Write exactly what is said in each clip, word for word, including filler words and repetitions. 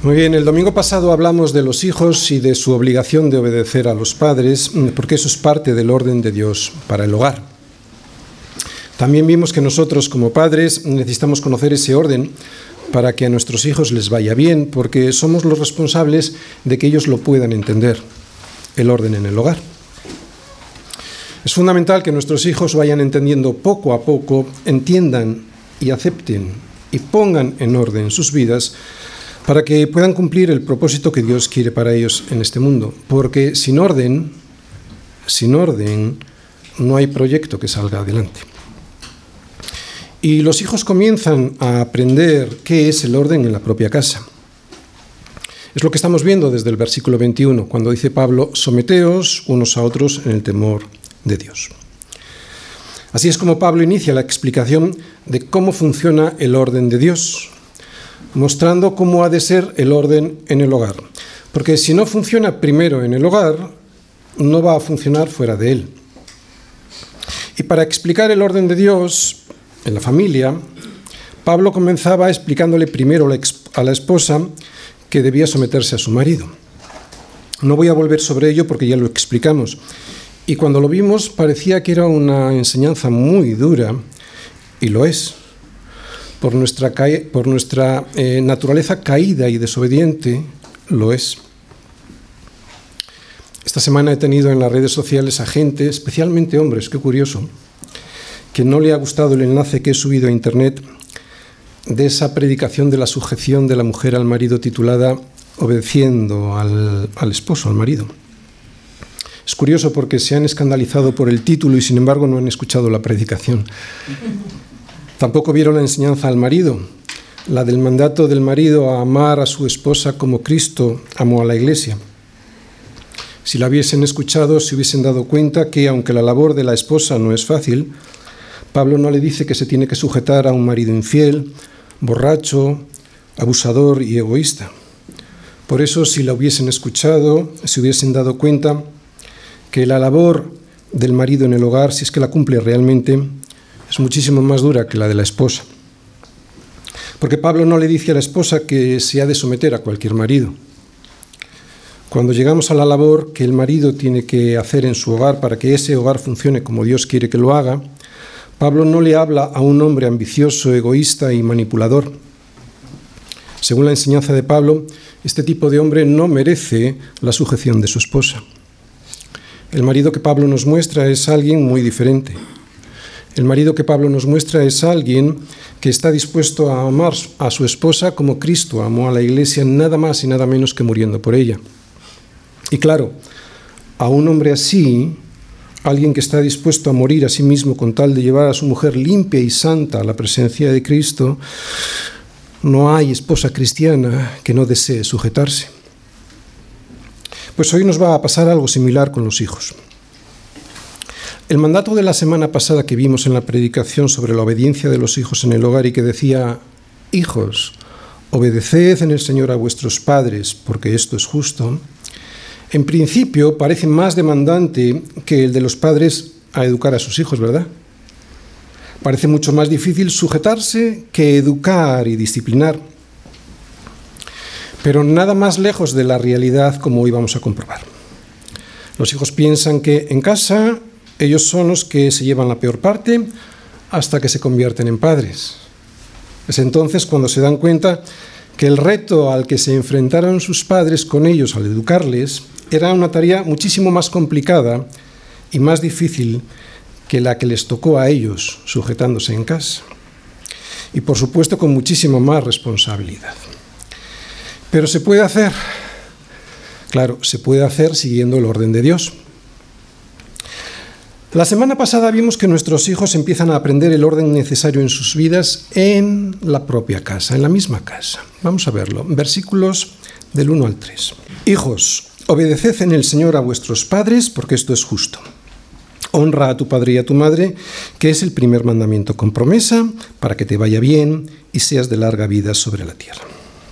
Muy bien, el domingo pasado hablamos de los hijos y de su obligación de obedecer a los padres, porque eso es parte del orden de Dios para el hogar. También vimos que nosotros como padres necesitamos conocer ese orden para que a nuestros hijos les vaya bien, porque somos los responsables de que ellos lo puedan entender, el orden en el hogar. Es fundamental que nuestros hijos vayan entendiendo poco a poco, entiendan y acepten y pongan en orden sus vidas para que puedan cumplir el propósito que Dios quiere para ellos en este mundo. Porque sin orden, sin orden, no hay proyecto que salga adelante. Y los hijos comienzan a aprender qué es el orden en la propia casa. Es lo que estamos viendo desde el versículo veintiuno, cuando dice Pablo, someteos unos a otros en el temor de Dios. Así es como Pablo inicia la explicación de cómo funciona el orden de Dios, mostrando cómo ha de ser el orden en el hogar. Porque si no funciona primero en el hogar, no va a funcionar fuera de él. Y para explicar el orden de Dios en la familia, Pablo comenzaba explicándole primero a la esposa que debía someterse a su marido. No voy a volver sobre ello porque ya lo explicamos. Y cuando lo vimos parecía que era una enseñanza muy dura, y lo es. Por nuestra, por nuestra eh, naturaleza caída y desobediente, lo es. Esta semana he tenido en las redes sociales a gente, especialmente hombres, qué curioso, que no le ha gustado el enlace que he subido a internet de esa predicación de la sujeción de la mujer al marido titulada Obedeciendo al, al esposo, al marido. Es curioso porque se han escandalizado por el título y sin embargo no han escuchado la predicación. Tampoco vieron la enseñanza al marido, la del mandato del marido a amar a su esposa como Cristo amó a la Iglesia. Si la hubiesen escuchado, se hubiesen dado cuenta que, aunque la labor de la esposa no es fácil, Pablo no le dice que se tiene que sujetar a un marido infiel, borracho, abusador y egoísta. Por eso, si la hubiesen escuchado, se hubiesen dado cuenta que la labor del marido en el hogar, si es que la cumple realmente, es muchísimo más dura que la de la esposa. Porque Pablo no le dice a la esposa que se ha de someter a cualquier marido. Cuando llegamos a la labor que el marido tiene que hacer en su hogar para que ese hogar funcione como Dios quiere que lo haga, Pablo no le habla a un hombre ambicioso, egoísta y manipulador. Según la enseñanza de Pablo, este tipo de hombre no merece la sujeción de su esposa. El marido que Pablo nos muestra es alguien muy diferente. El marido que Pablo nos muestra es alguien que está dispuesto a amar a su esposa como Cristo amó a la Iglesia, nada más y nada menos que muriendo por ella. Y claro, a un hombre así, alguien que está dispuesto a morir a sí mismo con tal de llevar a su mujer limpia y santa a la presencia de Cristo, no hay esposa cristiana que no desee sujetarse. Pues hoy nos va a pasar algo similar con los hijos. El mandato de la semana pasada que vimos en la predicación sobre la obediencia de los hijos en el hogar y que decía, hijos, obedeced en el Señor a vuestros padres, porque esto es justo, en principio parece más demandante que el de los padres a educar a sus hijos, ¿verdad? Parece mucho más difícil sujetarse que educar y disciplinar. Pero nada más lejos de la realidad como hoy vamos a comprobar. Los hijos piensan que en casa ellos son los que se llevan la peor parte hasta que se convierten en padres. Es entonces cuando se dan cuenta que el reto al que se enfrentaron sus padres con ellos al educarles era una tarea muchísimo más complicada y más difícil que la que les tocó a ellos sujetándose en casa. Y por supuesto con muchísimo más responsabilidad. Pero se puede hacer, claro, se puede hacer siguiendo el orden de Dios. La semana pasada vimos que nuestros hijos empiezan a aprender el orden necesario en sus vidas en la propia casa, en la misma casa. Vamos a verlo. Versículos del uno al tres. Hijos, obedeced en el Señor a vuestros padres, porque esto es justo. Honra a tu padre y a tu madre, que es el primer mandamiento con promesa, para que te vaya bien y seas de larga vida sobre la tierra.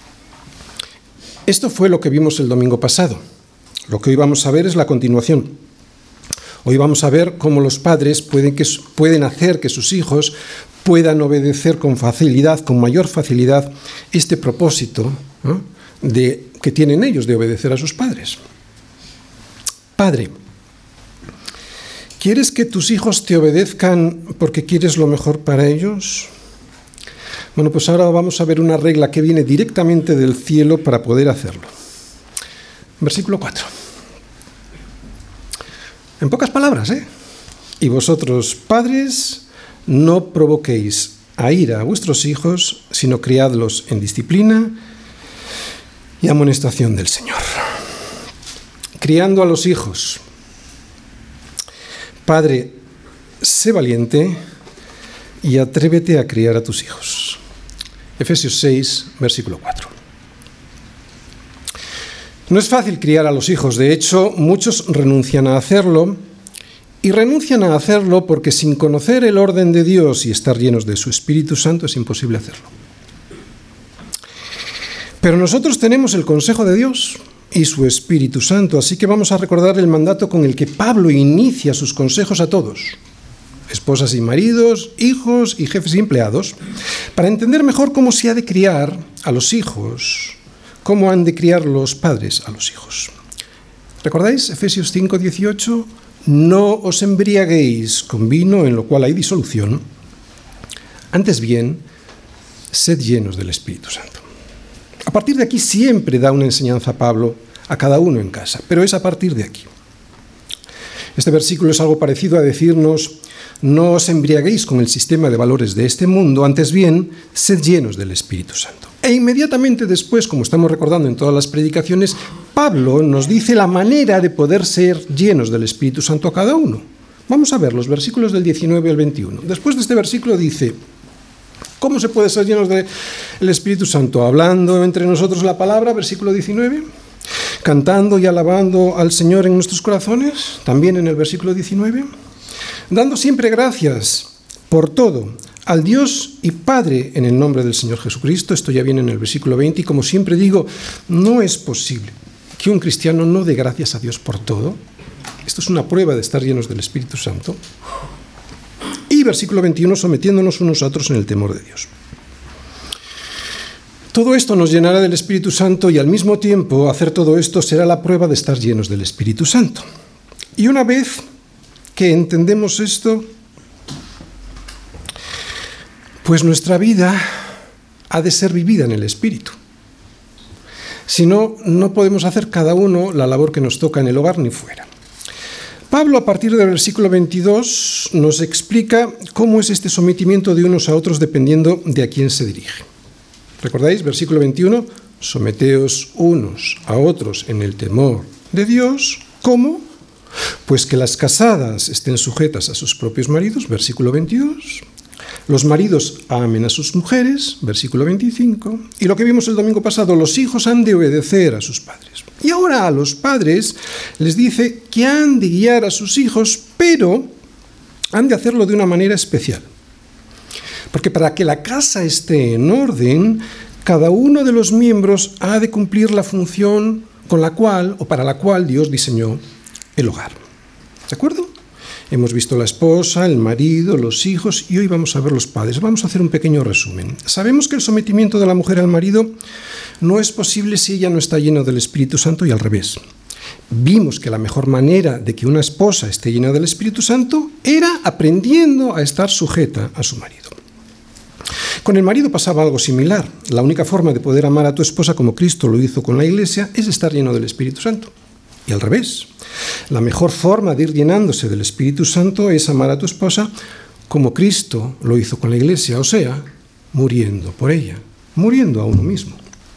Esto fue lo que vimos el domingo pasado. Lo que hoy vamos a ver es la continuación. Hoy vamos a ver cómo los padres pueden, que, pueden hacer que sus hijos puedan obedecer con facilidad, con mayor facilidad, este propósito, ¿no?, de, que tienen ellos de obedecer a sus padres. Padre, ¿quieres que tus hijos te obedezcan porque quieres lo mejor para ellos? Bueno, pues ahora vamos a ver una regla que viene directamente del cielo para poder hacerlo. Versículo cuatro. En pocas palabras, ¿eh? Y vosotros, padres, no provoquéis a ira a vuestros hijos, sino criadlos en disciplina y amonestación del Señor. Criando a los hijos. Padre, sé valiente y atrévete a criar a tus hijos. Efesios seis, versículo cuatro. No es fácil criar a los hijos, de hecho, muchos renuncian a hacerlo, y renuncian a hacerlo porque sin conocer el orden de Dios y estar llenos de su Espíritu Santo es imposible hacerlo. Pero nosotros tenemos el consejo de Dios y su Espíritu Santo, así que vamos a recordar el mandato con el que Pablo inicia sus consejos a todos, esposas y maridos, hijos y jefes y empleados, para entender mejor cómo se ha de criar a los hijos, cómo han de criar los padres a los hijos. ¿Recordáis Efesios cinco, dieciocho? No os embriaguéis con vino en lo cual hay disolución, antes bien, sed llenos del Espíritu Santo. A partir de aquí siempre da una enseñanza Pablo a cada uno en casa, pero es a partir de aquí. Este versículo es algo parecido a decirnos: no os embriaguéis con el sistema de valores de este mundo, antes bien, sed llenos del Espíritu Santo. E inmediatamente después, como estamos recordando en todas las predicaciones, Pablo nos dice la manera de poder ser llenos del Espíritu Santo a cada uno. Vamos a ver los versículos del diecinueve al veintiuno. Después de este versículo dice: ¿cómo se puede ser llenos del Espíritu Santo? Hablando entre nosotros la palabra, versículo diecinueve. Cantando y alabando al Señor en nuestros corazones, también en el versículo diecinueve. Dando siempre gracias por todo al Dios y Padre en el nombre del Señor Jesucristo. Esto ya viene en el versículo veinte, y como siempre digo, no es posible que un cristiano no dé gracias a Dios por todo. Esto es una prueba de estar llenos del Espíritu Santo. Y versículo veintiuno, sometiéndonos unos a otros en el temor de Dios. Todo esto nos llenará del Espíritu Santo, y al mismo tiempo hacer todo esto será la prueba de estar llenos del Espíritu Santo. Y una vez que entendemos esto, pues nuestra vida ha de ser vivida en el Espíritu. Si no, no podemos hacer cada uno la labor que nos toca en el hogar ni fuera. Pablo, a partir del versículo veintidós, nos explica cómo es este sometimiento de unos a otros dependiendo de a quién se dirige. ¿Recordáis? Versículo veintiuno, someteos unos a otros en el temor de Dios. ¿Cómo? Pues que las casadas estén sujetas a sus propios maridos, versículo veintidós. Los maridos amen a sus mujeres, versículo veinticinco. Y lo que vimos el domingo pasado, los hijos han de obedecer a sus padres. Y ahora a los padres les dice que han de guiar a sus hijos, pero han de hacerlo de una manera especial. Porque para que la casa esté en orden, cada uno de los miembros ha de cumplir la función con la cual o para la cual Dios diseñó el hogar. ¿De acuerdo? Hemos visto la esposa, el marido, los hijos, y hoy vamos a ver los padres. Vamos a hacer un pequeño resumen. Sabemos que el sometimiento de la mujer al marido no es posible si ella no está llena del Espíritu Santo, y al revés. Vimos que la mejor manera de que una esposa esté llena del Espíritu Santo era aprendiendo a estar sujeta a su marido. Con el marido pasaba algo similar. La única forma de poder amar a tu esposa como Cristo lo hizo con la Iglesia es estar lleno del Espíritu Santo. Y al revés. La mejor forma de ir llenándose del Espíritu Santo es amar a tu esposa como Cristo lo hizo con la Iglesia, o sea, muriendo por ella, muriendo a uno mismo.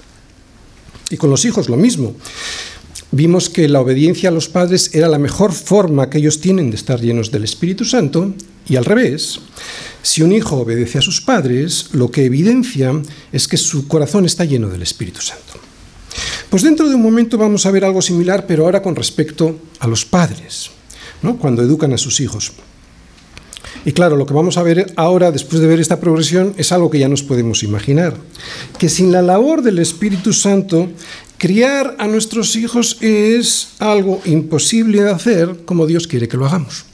Y con los hijos lo mismo. Vimos que la obediencia a los padres era la mejor forma que ellos tienen de estar llenos del Espíritu Santo, y al revés. Si un hijo obedece a sus padres, lo que evidencia es que su corazón está lleno del Espíritu Santo. Pues dentro de un momento vamos a ver algo similar, pero ahora con respecto a los padres, ¿no? Cuando educan a sus hijos. Y claro, lo que vamos a ver ahora, después de ver esta progresión, es algo que ya nos podemos imaginar. Que sin la labor del Espíritu Santo, criar a nuestros hijos es algo imposible de hacer como Dios quiere que lo hagamos.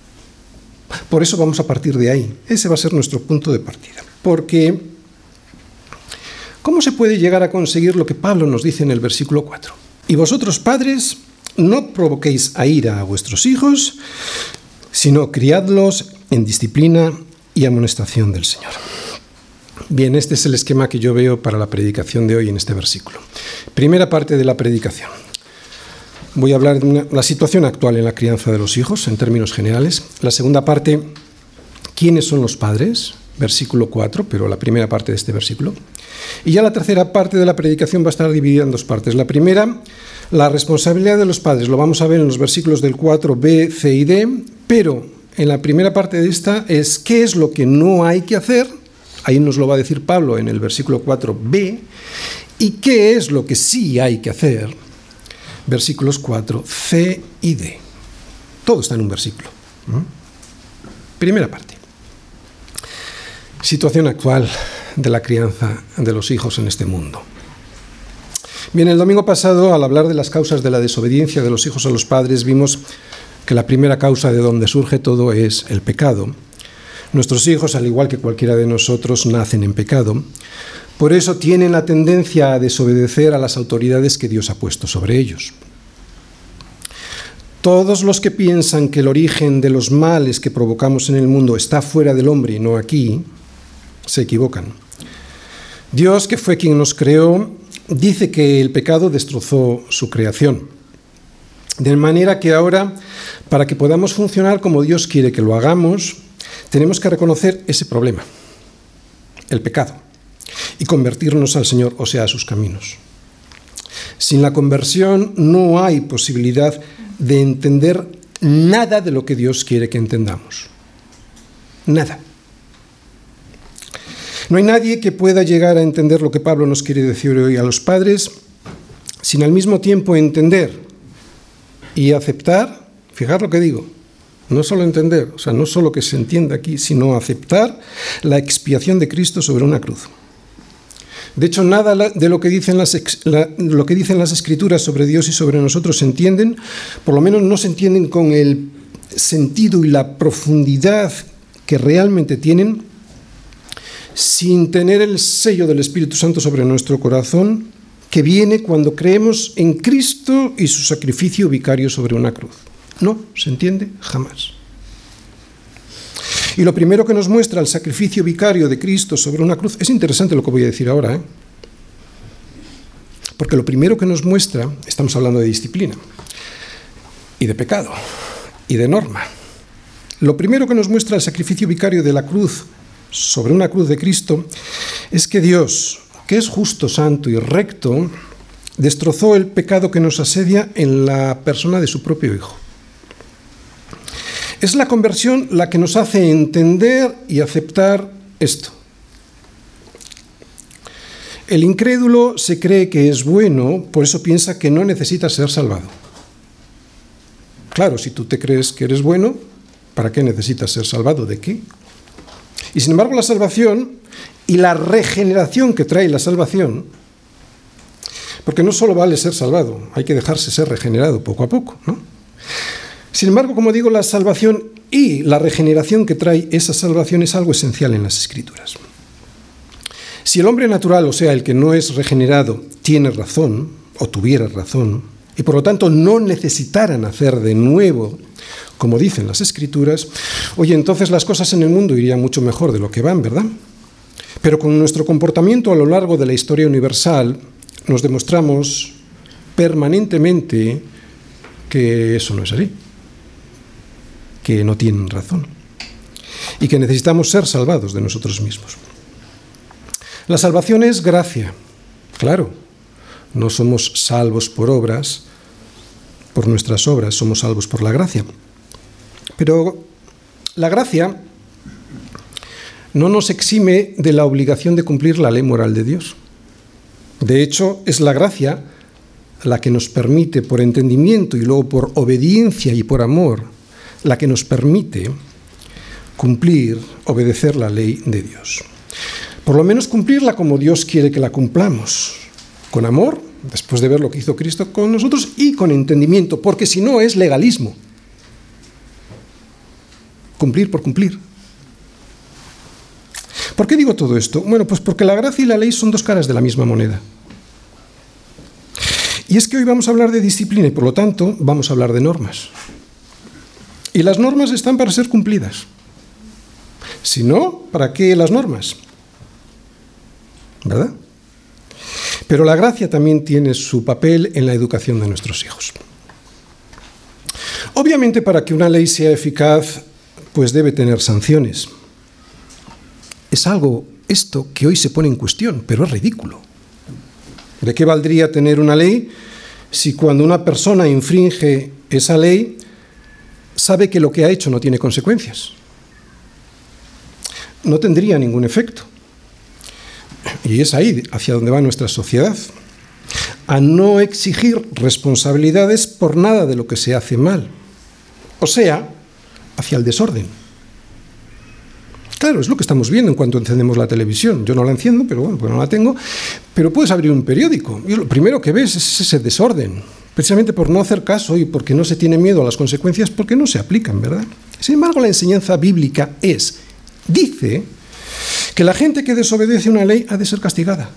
Por eso vamos a partir de ahí. Ese va a ser nuestro punto de partida. Porque, ¿Cómo se puede llegar a conseguir lo que Pablo nos dice en el versículo cuatro? Y vosotros, padres, no provoquéis a ira a vuestros hijos, sino criadlos en disciplina y amonestación del Señor. Bien, este es el esquema que yo veo para la predicación de hoy en este versículo. Primera parte de la predicación. Voy a hablar de una, la situación actual en la crianza de los hijos, en términos generales. La segunda parte, ¿quiénes son los padres? Versículo cuatro, pero la primera parte de este versículo. Y ya la tercera parte de la predicación va a estar dividida en dos partes. La primera, la responsabilidad de los padres. Lo vamos a ver en los versículos del cuatro b, c y d, pero en la primera parte de esta es qué es lo que no hay que hacer. Ahí nos lo va a decir Pablo en el versículo cuatro b. ¿Y qué es lo que sí hay que hacer? Versículos cuatro, c y d. Todo está en un versículo. Primera parte. Situación actual de la crianza de los hijos en este mundo. Bien, el domingo pasado, al hablar de las causas de la desobediencia de los hijos a los padres, vimos que la primera causa de donde surge todo es el pecado. Nuestros hijos, al igual que cualquiera de nosotros, nacen en pecado. Por eso tienen la tendencia a desobedecer a las autoridades que Dios ha puesto sobre ellos. Todos los que piensan que el origen de los males que provocamos en el mundo está fuera del hombre y no aquí, se equivocan. Dios, que fue quien nos creó, dice que el pecado destrozó su creación. De manera que ahora, para que podamos funcionar como Dios quiere que lo hagamos, tenemos que reconocer ese problema, el pecado, y convertirnos al Señor, o sea, a sus caminos. Sin la conversión no hay posibilidad de entender nada de lo que Dios quiere que entendamos. Nada. No hay nadie que pueda llegar a entender lo que Pablo nos quiere decir hoy a los padres sin al mismo tiempo entender y aceptar, fijar lo que digo, no solo entender, o sea, no solo que se entienda aquí, sino aceptar la expiación de Cristo sobre una cruz. De hecho, nada de lo que dicen las, la, lo que dicen las Escrituras sobre Dios y sobre nosotros se entienden, por lo menos no se entienden con el sentido y la profundidad que realmente tienen, sin tener el sello del Espíritu Santo sobre nuestro corazón, que viene cuando creemos en Cristo y su sacrificio vicario sobre una cruz. No, ¿se entiende? Jamás. Y lo primero que nos muestra el sacrificio vicario de Cristo sobre una cruz, es interesante lo que voy a decir ahora, ¿eh? Porque lo primero que nos muestra, estamos hablando de disciplina, y de pecado, y de norma. Lo primero que nos muestra el sacrificio vicario de la cruz, sobre una cruz de Cristo, es que Dios, que es justo, santo y recto, destrozó el pecado que nos asedia en la persona de su propio Hijo. Es la conversión la que nos hace entender y aceptar esto. El incrédulo se cree que es bueno, por eso piensa que no necesita ser salvado. Claro, si tú te crees que eres bueno, ¿para qué necesitas ser salvado? ¿De qué? Y sin embargo, la salvación y la regeneración que trae la salvación, porque no solo vale ser salvado, hay que dejarse ser regenerado poco a poco, ¿no? Sin embargo, como digo, la salvación y la regeneración que trae esa salvación es algo esencial en las Escrituras. Si el hombre natural, o sea, el que no es regenerado, tiene razón, o tuviera razón, y por lo tanto no necesitara nacer de nuevo, como dicen las Escrituras, oye, entonces las cosas en el mundo irían mucho mejor de lo que van, ¿verdad? Pero con nuestro comportamiento a lo largo de la historia universal nos demostramos permanentemente que eso no es así, que no tienen razón y que necesitamos ser salvados de nosotros mismos. La salvación es gracia, claro, no somos salvos por obras, por nuestras obras, somos salvos por la gracia. Pero la gracia no nos exime de la obligación de cumplir la ley moral de Dios. De hecho, es la gracia la que nos permite, por entendimiento y luego por obediencia y por amor, la que nos permite cumplir, obedecer la ley de Dios. Por lo menos cumplirla como Dios quiere que la cumplamos, con amor, después de ver lo que hizo Cristo con nosotros, y con entendimiento, porque si no es legalismo. Cumplir por cumplir. ¿Por qué digo todo esto? Bueno, pues porque la gracia y la ley son dos caras de la misma moneda. Y es que hoy vamos a hablar de disciplina y, por lo tanto, vamos a hablar de normas. Y las normas están para ser cumplidas. Si no, ¿para qué las normas? ¿Verdad? Pero la gracia también tiene su papel en la educación de nuestros hijos. Obviamente, para que una ley sea eficaz, pues debe tener sanciones. Es algo, esto, que hoy se pone en cuestión, pero es ridículo. ¿De qué valdría tener una ley si cuando una persona infringe esa ley sabe que lo que ha hecho no tiene consecuencias? No tendría ningún efecto. Y es ahí hacia donde va nuestra sociedad, a no exigir responsabilidades por nada de lo que se hace mal, o sea, hacia el desorden. Claro, es lo que estamos viendo en cuanto encendemos la televisión. Yo no la enciendo, pero bueno, pues no la tengo, pero puedes abrir un periódico y lo primero que ves es ese desorden, precisamente por no hacer caso y porque no se tiene miedo a las consecuencias, porque no se aplican, ¿verdad? Sin embargo, la enseñanza bíblica es, dice, que la gente que desobedece una ley ha de ser castigada.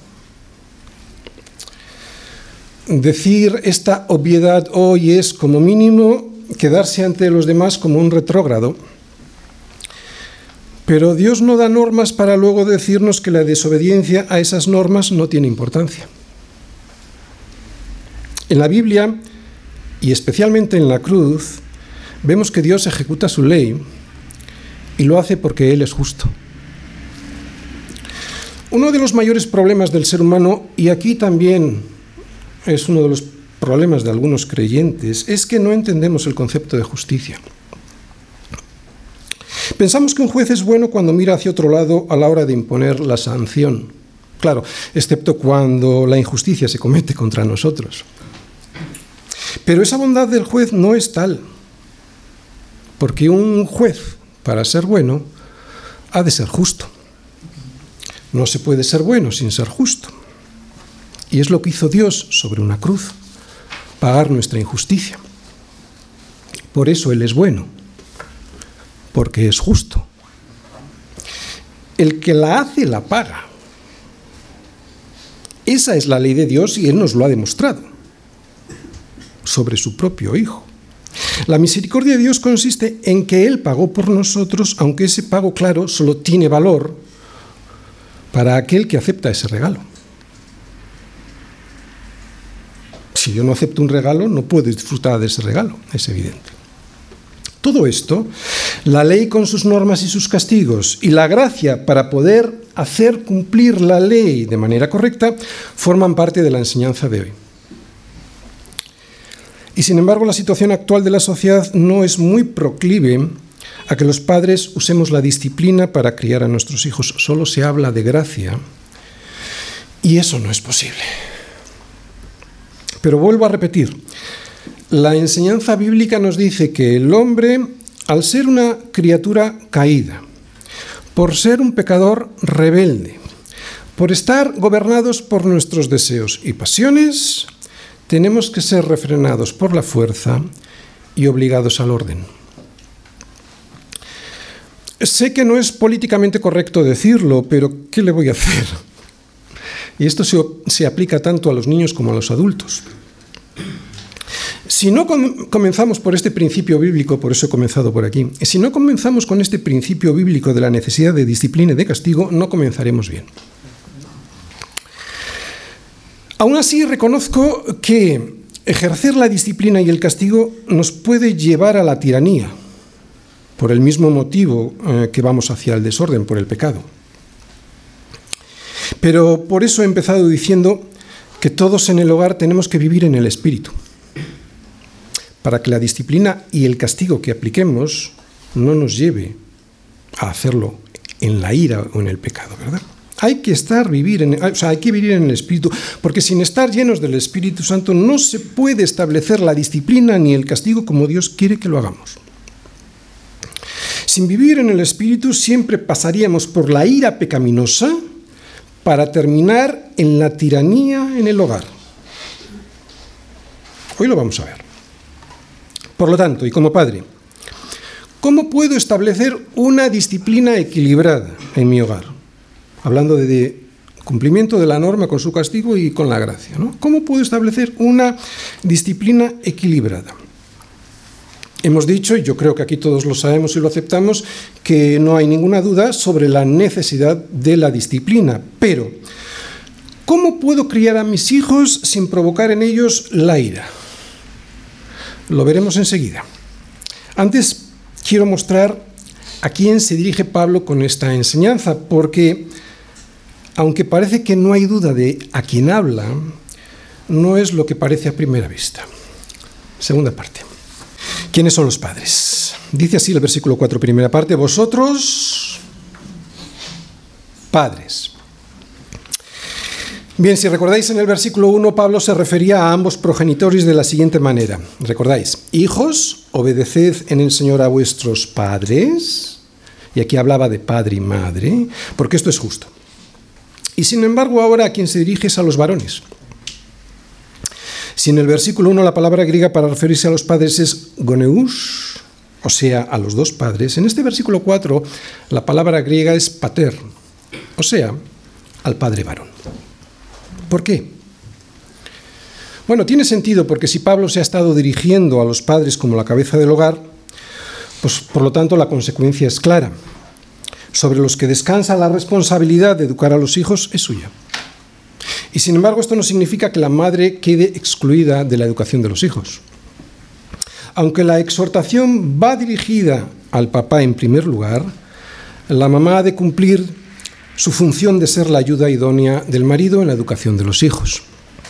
Decir esta obviedad hoy es, como mínimo, quedarse ante los demás como un retrógrado. Pero Dios no da normas para luego decirnos que la desobediencia a esas normas no tiene importancia. En la Biblia, y especialmente en la cruz, vemos que Dios ejecuta su ley y lo hace porque Él es justo. Uno de los mayores problemas del ser humano, y aquí también es uno de los problemas de algunos creyentes, es que no entendemos el concepto de justicia. Pensamos que un juez es bueno cuando mira hacia otro lado a la hora de imponer la sanción. Claro, excepto cuando la injusticia se comete contra nosotros. Pero esa bondad del juez no es tal, porque un juez, para ser bueno, ha de ser justo. No se puede ser bueno sin ser justo. Y es lo que hizo Dios sobre una cruz, pagar nuestra injusticia. Por eso Él es bueno, porque es justo. El que la hace, la paga. Esa es la ley de Dios y Él nos lo ha demostrado sobre su propio Hijo. La misericordia de Dios consiste en que Él pagó por nosotros, aunque ese pago, claro, solo tiene valor para aquel que acepta ese regalo. Si yo no acepto un regalo, no puedo disfrutar de ese regalo, es evidente. Todo esto, la ley con sus normas y sus castigos y la gracia para poder hacer cumplir la ley de manera correcta, forman parte de la enseñanza de hoy. Y sin embargo, la situación actual de la sociedad no es muy proclive a que los padres usemos la disciplina para criar a nuestros hijos. Solo se habla de gracia y eso no es posible. Pero vuelvo a repetir, la enseñanza bíblica nos dice que el hombre, al ser una criatura caída, por ser un pecador rebelde, por estar gobernados por nuestros deseos y pasiones, tenemos que ser refrenados por la fuerza y obligados al orden. Sé que no es políticamente correcto decirlo, pero ¿qué le voy a hacer? Y esto se, se aplica tanto a los niños como a los adultos. Si no com- comenzamos por este principio bíblico, por eso he comenzado por aquí, si no comenzamos con este principio bíblico de la necesidad de disciplina y de castigo, no comenzaremos bien. Aún así, reconozco que ejercer la disciplina y el castigo nos puede llevar a la tiranía, por el mismo motivo eh, que vamos hacia el desorden, por el pecado. Pero por eso he empezado diciendo que todos en el hogar tenemos que vivir en el espíritu, para que la disciplina y el castigo que apliquemos no nos lleve a hacerlo en la ira o en el pecado, ¿verdad? Hay que estar, vivir en, o sea, hay que vivir en el Espíritu, porque sin estar llenos del Espíritu Santo no se puede establecer la disciplina ni el castigo como Dios quiere que lo hagamos. Sin vivir en el Espíritu siempre pasaríamos por la ira pecaminosa para terminar en la tiranía en el hogar. Hoy lo vamos a ver. Por lo tanto, y como padre, ¿cómo puedo establecer una disciplina equilibrada en mi hogar? hablando de, de cumplimiento de la norma con su castigo y con la gracia, ¿no? ¿Cómo puedo establecer una disciplina equilibrada? Hemos dicho, y yo creo que aquí todos lo sabemos y lo aceptamos, que no hay ninguna duda sobre la necesidad de la disciplina. Pero, ¿cómo puedo criar a mis hijos sin provocar en ellos la ira? Lo veremos enseguida. Antes quiero mostrar a quién se dirige Pablo con esta enseñanza, porque, aunque parece que no hay duda de a quién habla, no es lo que parece a primera vista. Segunda parte. ¿Quiénes son los padres? Dice así el versículo cuatro, primera parte: vosotros, padres. Bien, si recordáis, en el versículo uno, Pablo se refería a ambos progenitores de la siguiente manera. ¿Recordáis? Hijos, obedeced en el Señor a vuestros padres. Y aquí hablaba de padre y madre, porque esto es justo. Y sin embargo, ahora a quien se dirige es a los varones. Si en el versículo uno la palabra griega para referirse a los padres es goneus, o sea, a los dos padres, en este versículo cuatro la palabra griega es pater, o sea, al padre varón. ¿Por qué? Bueno, tiene sentido, porque si Pablo se ha estado dirigiendo a los padres como la cabeza del hogar, pues por lo tanto la consecuencia es clara. Sobre los que descansa la responsabilidad de educar a los hijos es suya. Y sin embargo, esto no significa que la madre quede excluida de la educación de los hijos. Aunque la exhortación va dirigida al papá en primer lugar, la mamá ha de cumplir su función de ser la ayuda idónea del marido en la educación de los hijos.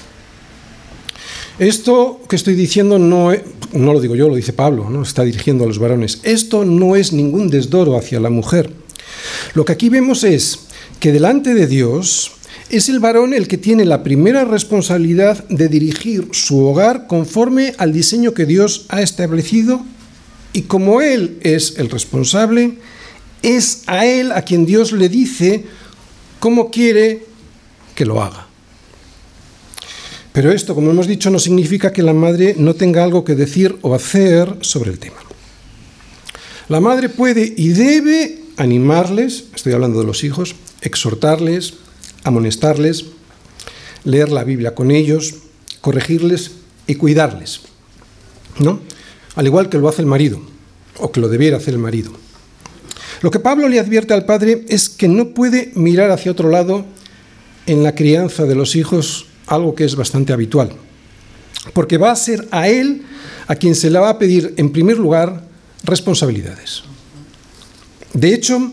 Esto que estoy diciendo no, es, no lo digo yo, lo dice Pablo, ¿no? Está dirigiendo a los varones. Esto no es ningún desdoro hacia la mujer. Lo que aquí vemos es que delante de Dios es el varón el que tiene la primera responsabilidad de dirigir su hogar conforme al diseño que Dios ha establecido, y como él es el responsable, es a él a quien Dios le dice cómo quiere que lo haga. Pero esto, como hemos dicho, no significa que la madre no tenga algo que decir o hacer sobre el tema. La madre puede y debe animarles, estoy hablando de los hijos, exhortarles, amonestarles, leer la Biblia con ellos, corregirles y cuidarles, ¿no? Al igual que lo hace el marido, o que lo debiera hacer el marido. Lo que Pablo le advierte al padre es que no puede mirar hacia otro lado en la crianza de los hijos, algo que es bastante habitual, porque va a ser a él a quien se le va a pedir, en primer lugar, responsabilidades. De hecho,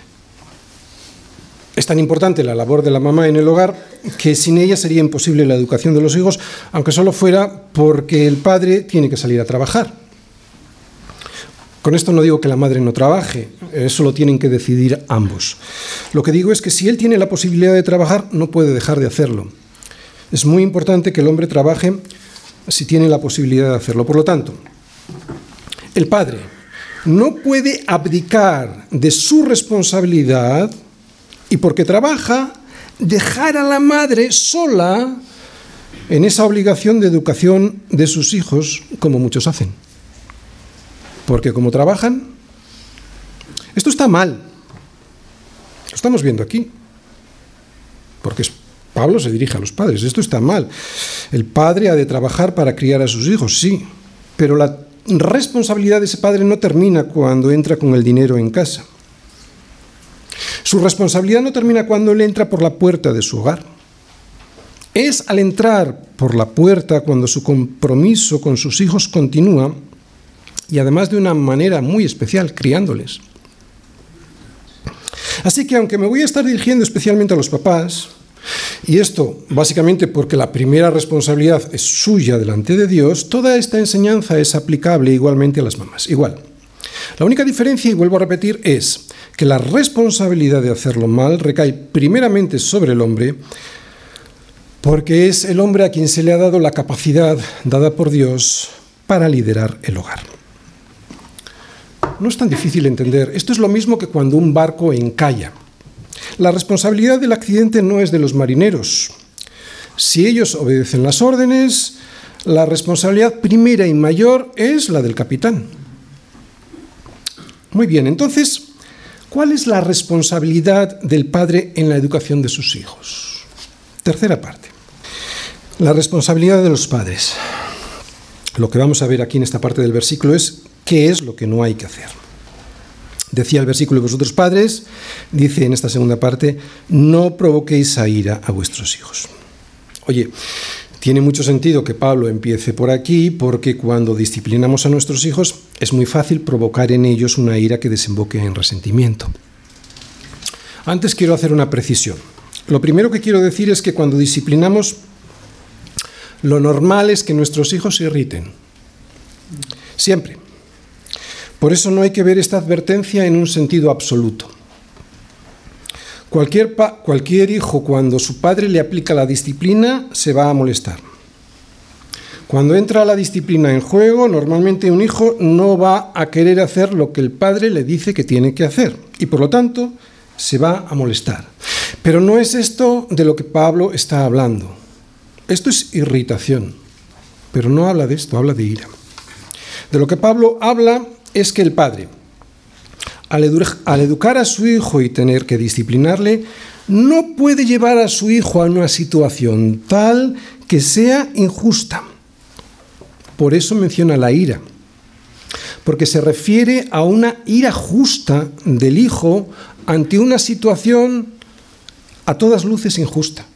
es tan importante la labor de la mamá en el hogar que sin ella sería imposible la educación de los hijos, aunque solo fuera porque el padre tiene que salir a trabajar. Con esto no digo que la madre no trabaje, eso lo tienen que decidir ambos. Lo que digo es que si él tiene la posibilidad de trabajar, no puede dejar de hacerlo. Es muy importante que el hombre trabaje si tiene la posibilidad de hacerlo. Por lo tanto, el padre no puede abdicar de su responsabilidad y, porque trabaja, dejar a la madre sola en esa obligación de educación de sus hijos, como muchos hacen. Porque como trabajan, esto está mal. Lo estamos viendo aquí. Porque Pablo se dirige a los padres. Esto está mal. El padre ha de trabajar para criar a sus hijos, sí. Pero la responsabilidad de ese padre no termina cuando entra con el dinero en casa. Su responsabilidad no termina cuando él entra por la puerta de su hogar. Es al entrar por la puerta cuando su compromiso con sus hijos continúa, y además de una manera muy especial, criándoles. Así que, aunque me voy a estar dirigiendo especialmente a los papás, y esto básicamente porque la primera responsabilidad es suya delante de Dios, toda esta enseñanza es aplicable igualmente a las mamás. Igual. La única diferencia, y vuelvo a repetir, es que la responsabilidad de hacerlo mal recae primeramente sobre el hombre, porque es el hombre a quien se le ha dado la capacidad dada por Dios para liderar el hogar. No es tan difícil entender. Esto es lo mismo que cuando un barco encalla. La responsabilidad del accidente no es de los marineros. Si ellos obedecen las órdenes, la responsabilidad primera y mayor es la del capitán. Muy bien, entonces, ¿Cuál es la responsabilidad del padre en la educación de sus hijos? Tercera parte. La responsabilidad de los padres. Lo que vamos a ver aquí en esta parte del versículo es qué es lo que no hay que hacer. Decía el versículo, vosotros padres, dice en esta segunda parte, no provoquéis a ira a vuestros hijos. Oye, tiene mucho sentido que Pablo empiece por aquí, porque cuando disciplinamos a nuestros hijos es muy fácil provocar en ellos una ira que desemboque en resentimiento. Antes quiero hacer una precisión. Lo primero que quiero decir es que cuando disciplinamos, lo normal es que nuestros hijos se irriten. Siempre. Por eso no hay que ver esta advertencia en un sentido absoluto. Cualquier, pa- cualquier hijo, cuando su padre le aplica la disciplina, se va a molestar. Cuando entra la disciplina en juego, normalmente un hijo no va a querer hacer lo que el padre le dice que tiene que hacer y por lo tanto se va a molestar. Pero no es esto de lo que Pablo está hablando. Esto es irritación, pero no habla de esto, habla de ira. De lo que Pablo habla es que el padre, al, edu- al educar a su hijo y tener que disciplinarle, no puede llevar a su hijo a una situación tal que sea injusta. Por eso menciona la ira, porque se refiere a una ira justa del hijo ante una situación a todas luces injusta.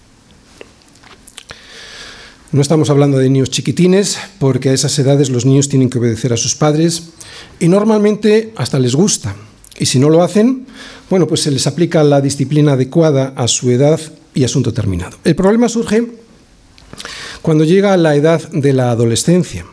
No estamos hablando de niños chiquitines, porque a esas edades los niños tienen que obedecer a sus padres y normalmente hasta les gusta. Y si no lo hacen, bueno, pues se les aplica la disciplina adecuada a su edad y asunto terminado. El problema surge cuando llega a la edad de la adolescencia.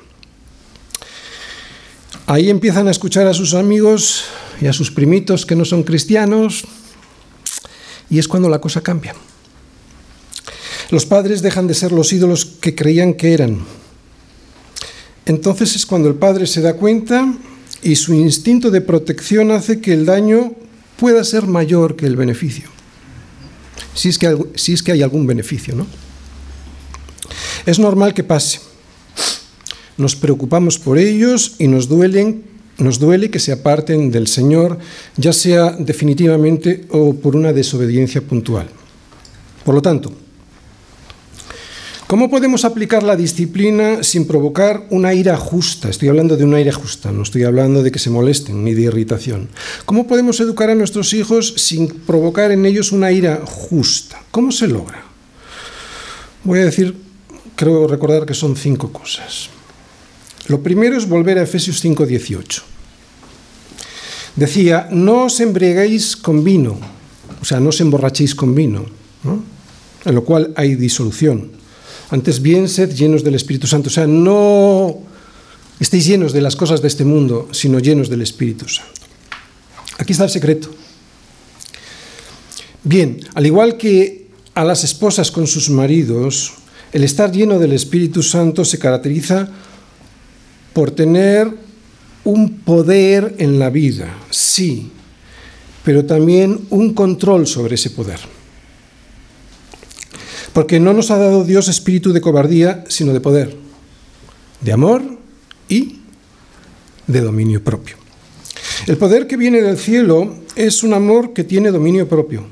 Ahí empiezan a escuchar a sus amigos y a sus primitos que no son cristianos y es cuando la cosa cambia. Los padres dejan de ser los ídolos que creían que eran. Entonces es cuando el padre se da cuenta y su instinto de protección hace que el daño pueda ser mayor que el beneficio. Si es que, si es que hay algún beneficio, ¿no? Es normal que pase. Nos preocupamos por ellos y nos duelen, nos duele que se aparten del Señor, ya sea definitivamente o por una desobediencia puntual. Por lo tanto, ¿cómo podemos aplicar la disciplina sin provocar una ira justa? Estoy hablando de una ira justa, no estoy hablando de que se molesten ni de irritación. ¿Cómo podemos educar a nuestros hijos sin provocar en ellos una ira justa? ¿Cómo se logra? Voy a decir, creo recordar que son cinco cosas. Lo primero es volver a Efesios cinco dieciocho. Decía, no os embriaguéis con vino, o sea, no os emborrachéis con vino, ¿no? En lo cual hay disolución. Antes bien, sed llenos del Espíritu Santo. O sea, no estéis llenos de las cosas de este mundo, sino llenos del Espíritu Santo. Aquí está el secreto. Bien, al igual que a las esposas con sus maridos, el estar lleno del Espíritu Santo se caracteriza por tener un poder en la vida, sí, pero también un control sobre ese poder. Porque no nos ha dado Dios espíritu de cobardía, sino de poder, de amor y de dominio propio. El poder que viene del cielo es un amor que tiene dominio propio.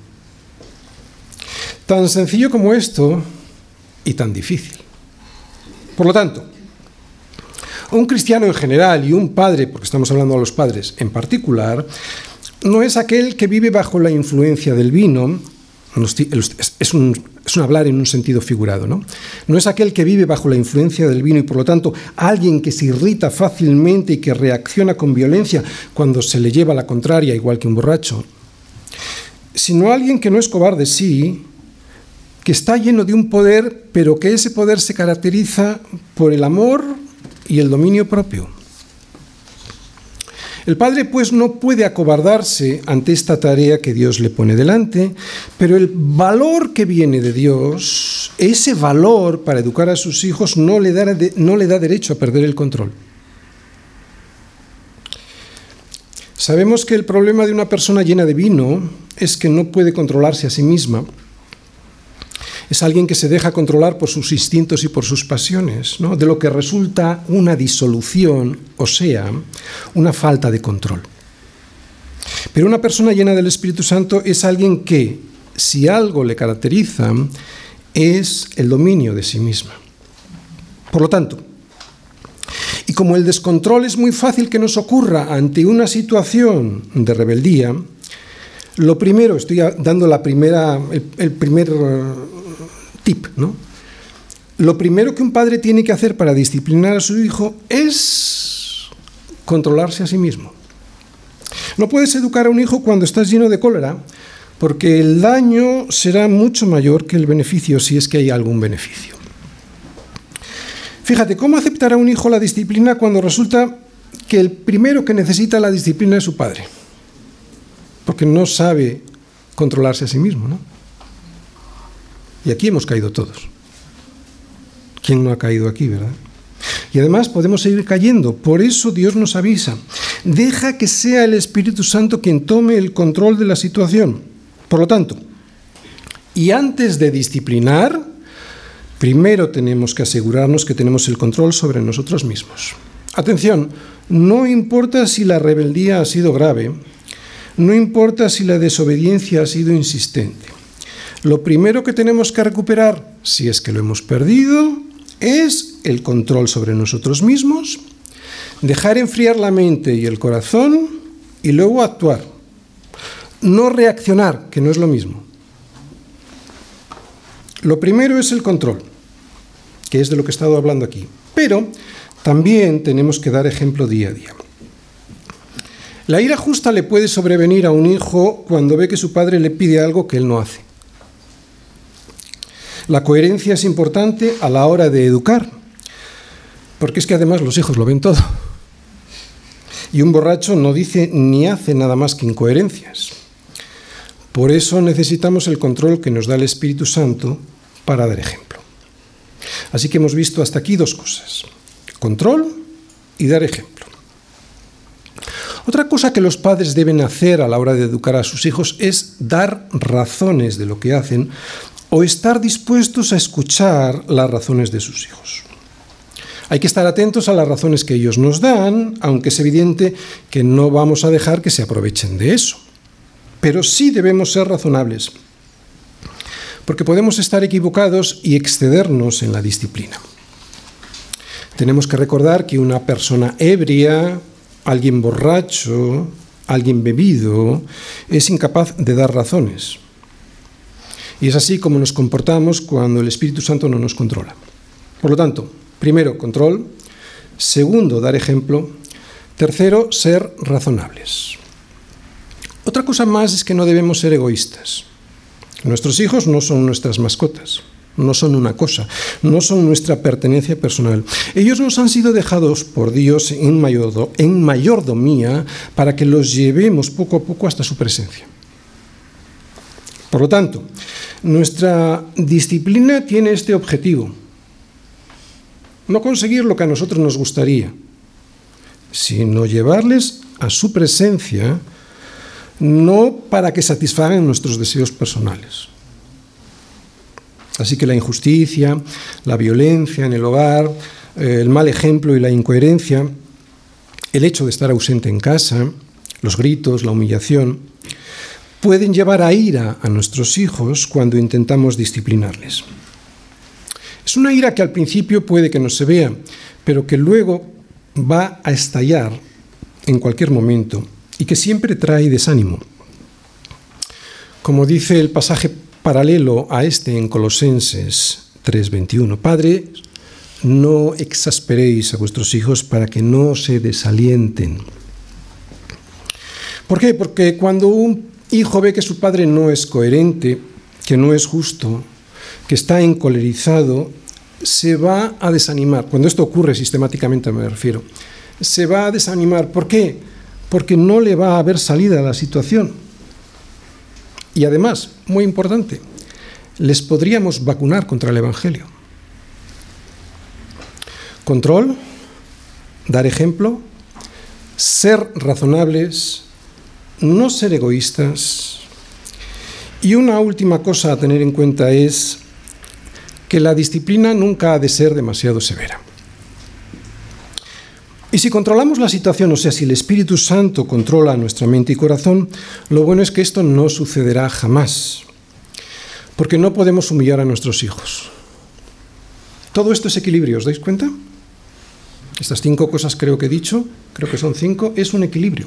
Tan sencillo como esto y tan difícil. Por lo tanto, un cristiano en general y un padre, porque estamos hablando de los padres en particular, no es aquel que vive bajo la influencia del vino. Es un, es un hablar en un sentido figurado, ¿no? No es aquel que vive bajo la influencia del vino y por lo tanto alguien que se irrita fácilmente y que reacciona con violencia cuando se le lleva la contraria, igual que un borracho, sino alguien que no es cobarde, sí, que está lleno de un poder, pero que ese poder se caracteriza por el amor y el dominio propio. El padre, pues, no puede acobardarse ante esta tarea que Dios le pone delante, pero el valor que viene de Dios, ese valor para educar a sus hijos, no le da, no le da derecho a perder el control. Sabemos que el problema de una persona llena de vino es que no puede controlarse a sí misma. Es alguien que se deja controlar por sus instintos y por sus pasiones, ¿no? De lo que resulta una disolución, o sea, una falta de control. Pero una persona llena del Espíritu Santo es alguien que, si algo le caracteriza, es el dominio de sí misma. Por lo tanto, y como el descontrol es muy fácil que nos ocurra ante una situación de rebeldía, lo primero, estoy dando la primera, el, el primer tip, ¿no? Lo primero que un padre tiene que hacer para disciplinar a su hijo es controlarse a sí mismo. No puedes educar a un hijo cuando estás lleno de cólera, porque el daño será mucho mayor que el beneficio, si es que hay algún beneficio. Fíjate, ¿cómo aceptará un hijo la disciplina cuando resulta que el primero que necesita la disciplina es su padre? Porque no sabe controlarse a sí mismo, ¿no? Y aquí hemos caído todos. ¿Quién no ha caído aquí, verdad? Y además podemos seguir cayendo. Por eso Dios nos avisa. Deja que sea el Espíritu Santo quien tome el control de la situación. Por lo tanto, y antes de disciplinar, primero tenemos que asegurarnos que tenemos el control sobre nosotros mismos. Atención, no importa si la rebeldía ha sido grave, no importa si la desobediencia ha sido insistente. Lo primero que tenemos que recuperar, si es que lo hemos perdido, es el control sobre nosotros mismos, dejar enfriar la mente y el corazón y luego actuar. No reaccionar, que no es lo mismo. Lo primero es el control, que es de lo que he estado hablando aquí. Pero también tenemos que dar ejemplo día a día. La ira justa le puede sobrevenir a un hijo cuando ve que su padre le pide algo que él no hace. La coherencia es importante a la hora de educar, porque es que además los hijos lo ven todo. Y un borracho no dice ni hace nada más que incoherencias. Por eso necesitamos el control que nos da el Espíritu Santo para dar ejemplo. Así que hemos visto hasta aquí dos cosas: control y dar ejemplo. Otra cosa que los padres deben hacer a la hora de educar a sus hijos es dar razones de lo que hacen o estar dispuestos a escuchar las razones de sus hijos. Hay que estar atentos a las razones que ellos nos dan, aunque es evidente que no vamos a dejar que se aprovechen de eso. Pero sí debemos ser razonables, porque podemos estar equivocados y excedernos en la disciplina. Tenemos que recordar que una persona ebria, alguien borracho, alguien bebido, es incapaz de dar razones. Y es así como nos comportamos cuando el Espíritu Santo no nos controla. Por lo tanto, primero, control. Segundo, dar ejemplo. Tercero, ser razonables. Otra cosa más es que no debemos ser egoístas. Nuestros hijos no son nuestras mascotas, no son una cosa, no son nuestra pertenencia personal. Ellos nos han sido dejados por Dios en mayordo- en mayordomía para que los llevemos poco a poco hasta su presencia. Por lo tanto, nuestra disciplina tiene este objetivo: no conseguir lo que a nosotros nos gustaría, sino llevarles a su presencia, no para que satisfagan nuestros deseos personales. Así que la injusticia, la violencia en el hogar, el mal ejemplo y la incoherencia, el hecho de estar ausente en casa, los gritos, la humillación, pueden llevar a ira a nuestros hijos cuando intentamos disciplinarles. Es una ira que al principio puede que no se vea, pero que luego va a estallar en cualquier momento y que siempre trae desánimo. Como dice el pasaje paralelo a este en Colosenses tres veintiuno, Padre, no exasperéis a vuestros hijos para que no se desalienten. ¿Por qué? Porque cuando un hijo ve que su padre no es coherente, que no es justo, que está encolerizado, se va a desanimar. Cuando esto ocurre sistemáticamente, me refiero, se va a desanimar. ¿Por qué? Porque no le va a haber salida a la situación. Y además, muy importante, les podríamos vacunar contra el Evangelio. Control, dar ejemplo, ser razonables, no ser egoístas. Y una última cosa a tener en cuenta es que la disciplina nunca ha de ser demasiado severa. Y si controlamos la situación, o sea, si el Espíritu Santo controla nuestra mente y corazón, lo bueno es que esto no sucederá jamás, porque no podemos humillar a nuestros hijos. Todo esto es equilibrio, ¿os dais cuenta? Estas cinco cosas creo que he dicho, creo que son cinco, es un equilibrio.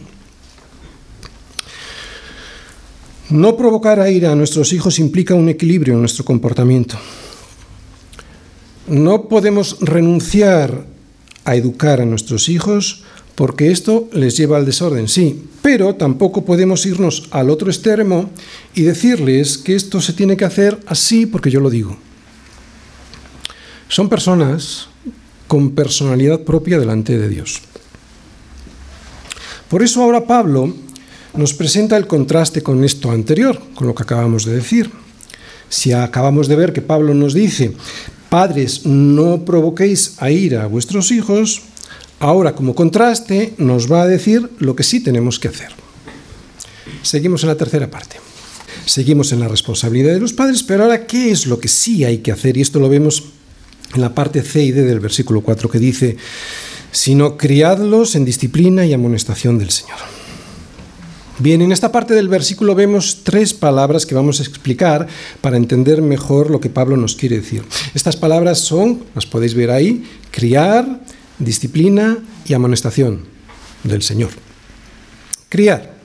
No provocar a ira a nuestros hijos implica un equilibrio en nuestro comportamiento. No podemos renunciar a educar a nuestros hijos porque esto les lleva al desorden, sí, pero tampoco podemos irnos al otro extremo y decirles que esto se tiene que hacer así porque yo lo digo. Son personas con personalidad propia delante de Dios. Por eso ahora Pablo nos presenta el contraste con esto anterior, con lo que acabamos de decir. Si acabamos de ver que Pablo nos dice: padres, no provoquéis a ira a vuestros hijos, ahora como contraste nos va a decir lo que sí tenemos que hacer. Seguimos en la tercera parte. Seguimos en la responsabilidad de los padres, pero ahora ¿qué es lo que sí hay que hacer? Y esto lo vemos en la parte C y D del versículo cuatro, que dice: sino criadlos en disciplina y amonestación del Señor. Bien, en esta parte del versículo vemos tres palabras que vamos a explicar para entender mejor lo que Pablo nos quiere decir. Estas palabras son, las podéis ver ahí: criar, disciplina y amonestación del Señor. Criar.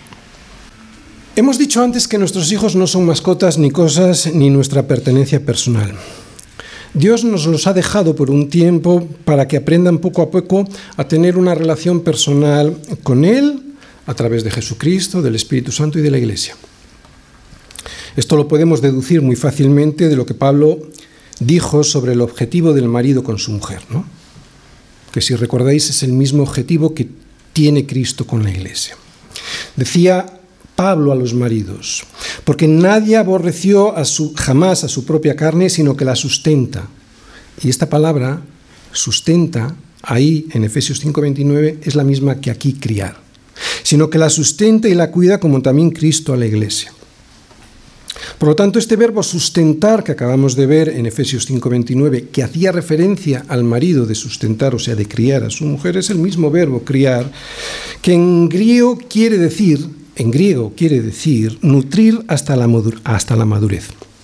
Hemos dicho antes que nuestros hijos no son mascotas, ni cosas, ni nuestra pertenencia personal. Dios nos los ha dejado por un tiempo para que aprendan poco a poco a tener una relación personal con Él, a través de Jesucristo, del Espíritu Santo y de la Iglesia. Esto lo podemos deducir muy fácilmente de lo que Pablo dijo sobre el objetivo del marido con su mujer, ¿no? Que si recordáis es el mismo objetivo que tiene Cristo con la Iglesia. Decía Pablo a los maridos: porque nadie aborreció a su, jamás a su propia carne, sino que la sustenta. Y esta palabra, sustenta, ahí en Efesios cinco veintinueve, es la misma que aquí criar, sino que la sustenta y la cuida como también Cristo a la Iglesia. Por lo tanto, este verbo sustentar que acabamos de ver en Efesios cinco veintinueve, que hacía referencia al marido de sustentar, o sea, de criar a su mujer, es el mismo verbo criar, que en griego quiere decir, en griego quiere decir nutrir hasta la, hasta la madurez.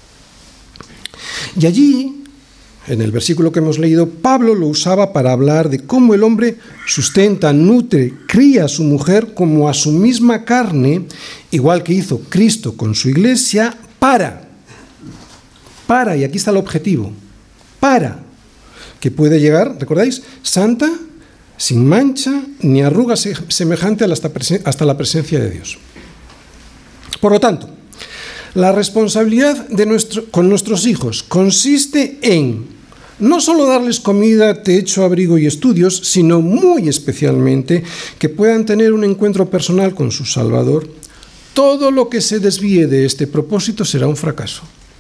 Y allí, en el versículo que hemos leído, Pablo lo usaba para hablar de cómo el hombre sustenta, nutre, cría a su mujer como a su misma carne, igual que hizo Cristo con su Iglesia, para, para, y aquí está el objetivo, para que pueda llegar, ¿recordáis? Santa, sin mancha, ni arruga semejante hasta la presencia de Dios. Por lo tanto, la responsabilidad de nuestro, con nuestros hijos consiste en no solo darles comida, techo, abrigo y estudios, sino muy especialmente que puedan tener un encuentro personal con su Salvador. Todo lo que se desvíe de este propósito será un fracaso.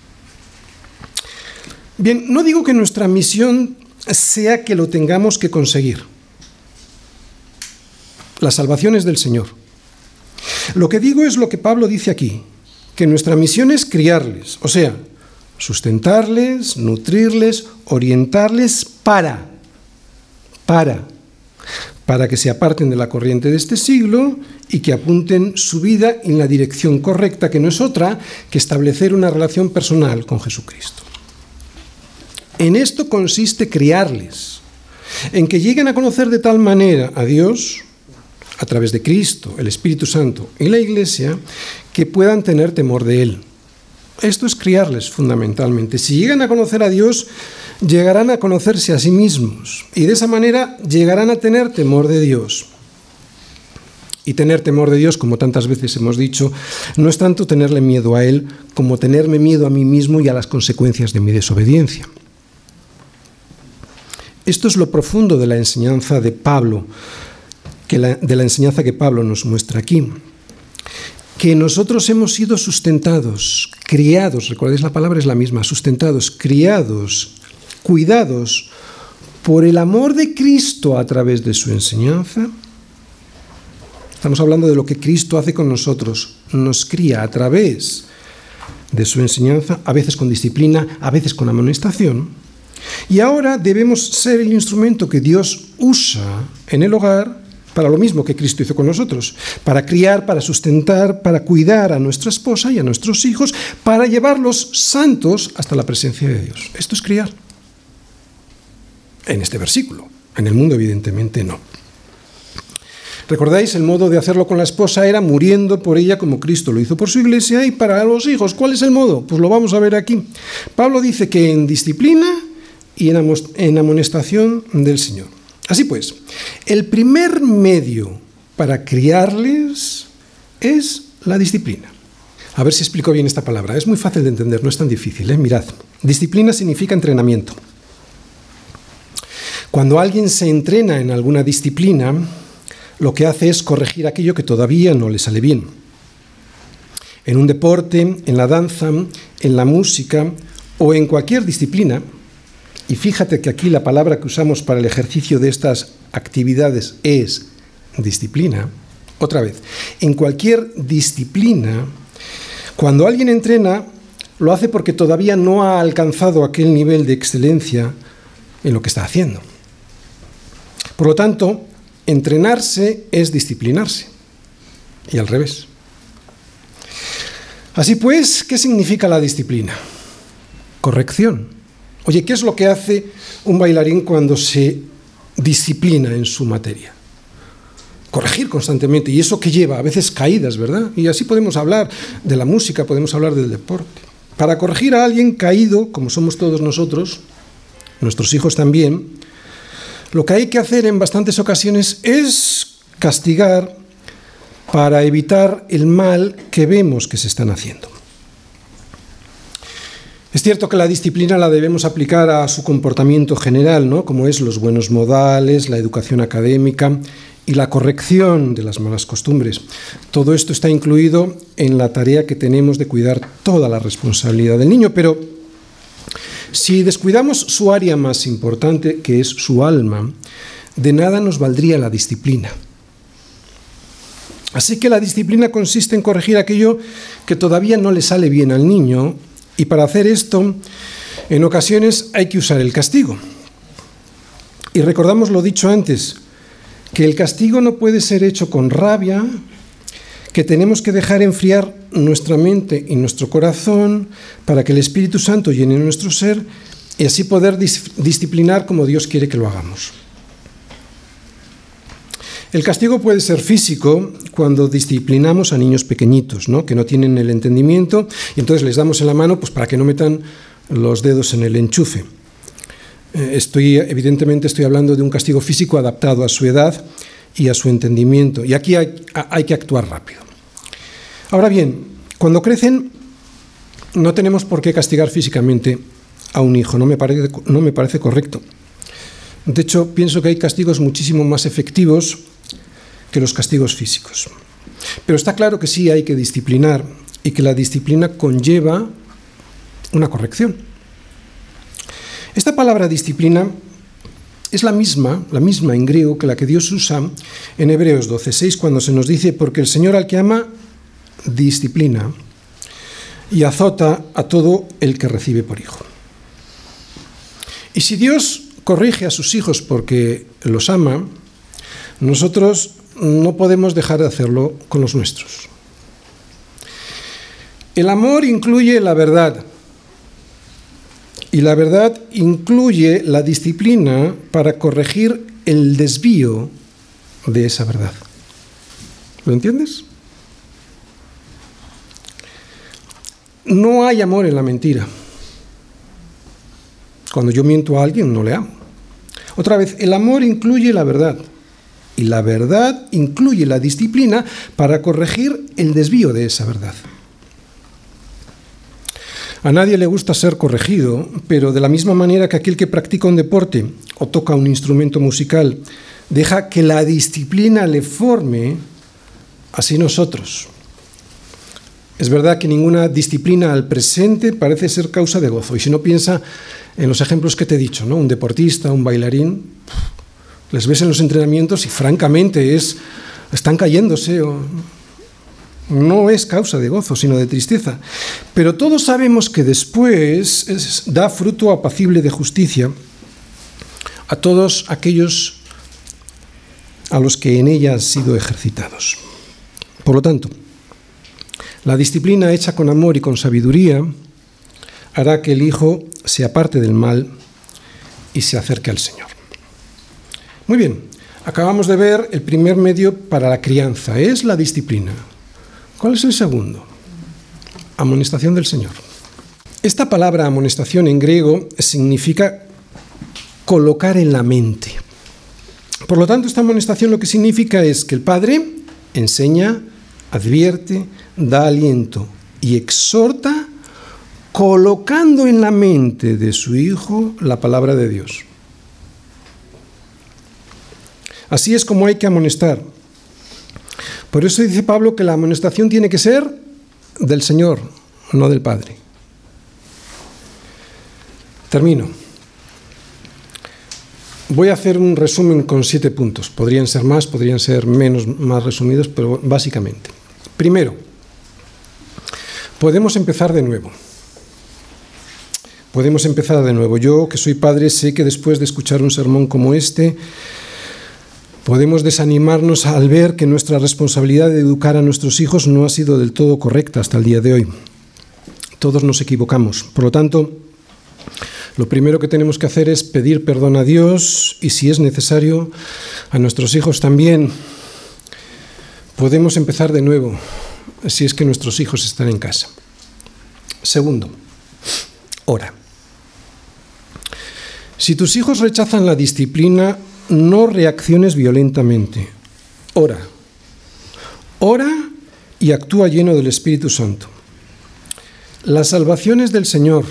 Bien, no digo que nuestra misión sea que lo tengamos que conseguir. La salvación es del Señor. Lo que digo es lo que Pablo dice aquí, que nuestra misión es criarles, o sea, sustentarles, nutrirles, orientarles para, para, para que se aparten de la corriente de este siglo y que apunten su vida en la dirección correcta, que no es otra que establecer una relación personal con Jesucristo. En esto consiste criarles, en que lleguen a conocer de tal manera a Dios, a través de Cristo, el Espíritu Santo y la Iglesia, que puedan tener temor de Él. Esto es criarles fundamentalmente. Si llegan a conocer a Dios, llegarán a conocerse a sí mismos y de esa manera llegarán a tener temor de Dios. Y tener temor de Dios, como tantas veces hemos dicho, no es tanto tenerle miedo a Él como tenerme miedo a mí mismo y a las consecuencias de mi desobediencia. Esto es lo profundo de la enseñanza de Pablo, que la, de la enseñanza que Pablo nos muestra aquí. Que nosotros hemos sido sustentados, criados, recordáis la palabra es la misma, sustentados, criados, cuidados por el amor de Cristo a través de su enseñanza. Estamos hablando de lo que Cristo hace con nosotros, nos cría a través de su enseñanza, a veces con disciplina, a veces con amonestación, Y ahora debemos ser el instrumento que Dios usa en el hogar para lo mismo que Cristo hizo con nosotros, para criar, para sustentar, para cuidar a nuestra esposa y a nuestros hijos, para llevarlos santos hasta la presencia de Dios. Esto es criar. En este versículo. En el mundo, evidentemente, no. ¿Recordáis? El modo de hacerlo con la esposa era muriendo por ella como Cristo lo hizo por su iglesia y para los hijos. ¿Cuál es el modo? Pues lo vamos a ver aquí. Pablo dice que en disciplina y en amonestación del Señor. Así pues, el primer medio para criarles es la disciplina. A ver si explico bien esta palabra. Es muy fácil de entender, no es tan difícil, ¿eh? Mirad, disciplina significa entrenamiento. Cuando alguien se entrena en alguna disciplina, lo que hace es corregir aquello que todavía no le sale bien. En un deporte, en la danza, en la música o en cualquier disciplina, y fíjate que aquí la palabra que usamos para el ejercicio de estas actividades es disciplina. Otra vez, en cualquier disciplina, cuando alguien entrena, lo hace porque todavía no ha alcanzado aquel nivel de excelencia en lo que está haciendo. Por lo tanto, entrenarse es disciplinarse, y al revés. Así pues, ¿qué significa la disciplina? Corrección. Oye, ¿qué es lo que hace un bailarín cuando se disciplina en su materia? Corregir constantemente. ¿Y eso qué lleva? A veces caídas, ¿verdad? Y así podemos hablar de la música, podemos hablar del deporte. Para corregir a alguien caído, como somos todos nosotros, nuestros hijos también, lo que hay que hacer en bastantes ocasiones es castigar para evitar el mal que vemos que se están haciendo. Es cierto que la disciplina la debemos aplicar a su comportamiento general, ¿no? Como es los buenos modales, la educación académica y la corrección de las malas costumbres. Todo esto está incluido en la tarea que tenemos de cuidar toda la responsabilidad del niño, pero si descuidamos su área más importante, que es su alma, de nada nos valdría la disciplina. Así que la disciplina consiste en corregir aquello que todavía no le sale bien al niño. Y para hacer esto, en ocasiones hay que usar el castigo. Y recordamos lo dicho antes, que el castigo no puede ser hecho con rabia, que tenemos que dejar enfriar nuestra mente y nuestro corazón para que el Espíritu Santo llene nuestro ser y así poder dis- disciplinar como Dios quiere que lo hagamos. El castigo puede ser físico cuando disciplinamos a niños pequeñitos, ¿no? Que no tienen el entendimiento y entonces les damos en la mano pues, para que no metan los dedos en el enchufe. Eh, estoy, evidentemente estoy hablando de un castigo físico adaptado a su edad y a su entendimiento. Y aquí hay, hay que actuar rápido. Ahora bien, cuando crecen no tenemos por qué castigar físicamente a un hijo, no me parece, no me parece correcto. De hecho, pienso que hay castigos muchísimo más efectivos que los castigos físicos. Pero está claro que sí hay que disciplinar y que la disciplina conlleva una corrección. Esta palabra disciplina es la misma, la misma en griego que la que Dios usa en Hebreos doce seis cuando se nos dice: porque el Señor al que ama disciplina y azota a todo el que recibe por hijo. Y si Dios corrige a sus hijos porque los ama, nosotros no podemos dejar de hacerlo con los nuestros. El amor incluye la verdad y la verdad incluye la disciplina para corregir el desvío de esa verdad. ¿Lo entiendes? No hay amor en la mentira. Cuando yo miento a alguien, no le amo. Otra vez, el amor incluye la verdad. Y la verdad incluye la disciplina para corregir el desvío de esa verdad. A nadie le gusta ser corregido, pero de la misma manera que aquel que practica un deporte o toca un instrumento musical deja que la disciplina le forme, así nosotros. Es verdad que ninguna disciplina al presente parece ser causa de gozo. Y si no, piensa en los ejemplos que te he dicho, ¿no? Un deportista, un bailarín, les ves en los entrenamientos y francamente es, están cayéndose. O... no es causa de gozo, sino de tristeza. Pero todos sabemos que después es, da fruto apacible de justicia a todos aquellos a los que en ella han sido ejercitados. Por lo tanto, la disciplina hecha con amor y con sabiduría hará que el hijo se aparte del mal y se acerque al Señor. Muy bien, acabamos de ver el primer medio para la crianza, es la disciplina. ¿Cuál es el segundo? Amonestación del Señor. Esta palabra amonestación en griego significa colocar en la mente. Por lo tanto, esta amonestación lo que significa es que el padre enseña, advierte, da aliento y exhorta colocando en la mente de su hijo la palabra de Dios. Así es como hay que amonestar. Por eso dice Pablo que la amonestación tiene que ser del Señor, no del Padre. Termino. Voy a hacer un resumen con siete puntos. Podrían ser más, podrían ser menos, más resumidos, pero básicamente. Primero, podemos empezar de nuevo. Podemos empezar de nuevo. Yo, que soy padre, sé que después de escuchar un sermón como este, podemos desanimarnos al ver que nuestra responsabilidad de educar a nuestros hijos no ha sido del todo correcta hasta el día de hoy. Todos nos equivocamos. Por lo tanto, lo primero que tenemos que hacer es pedir perdón a Dios y, si es necesario, a nuestros hijos también. Podemos empezar de nuevo, si es que nuestros hijos están en casa. Segundo, ora. Si tus hijos rechazan la disciplina, no reacciones violentamente. Ora. Ora y actúa lleno del Espíritu Santo. La salvación es del Señor.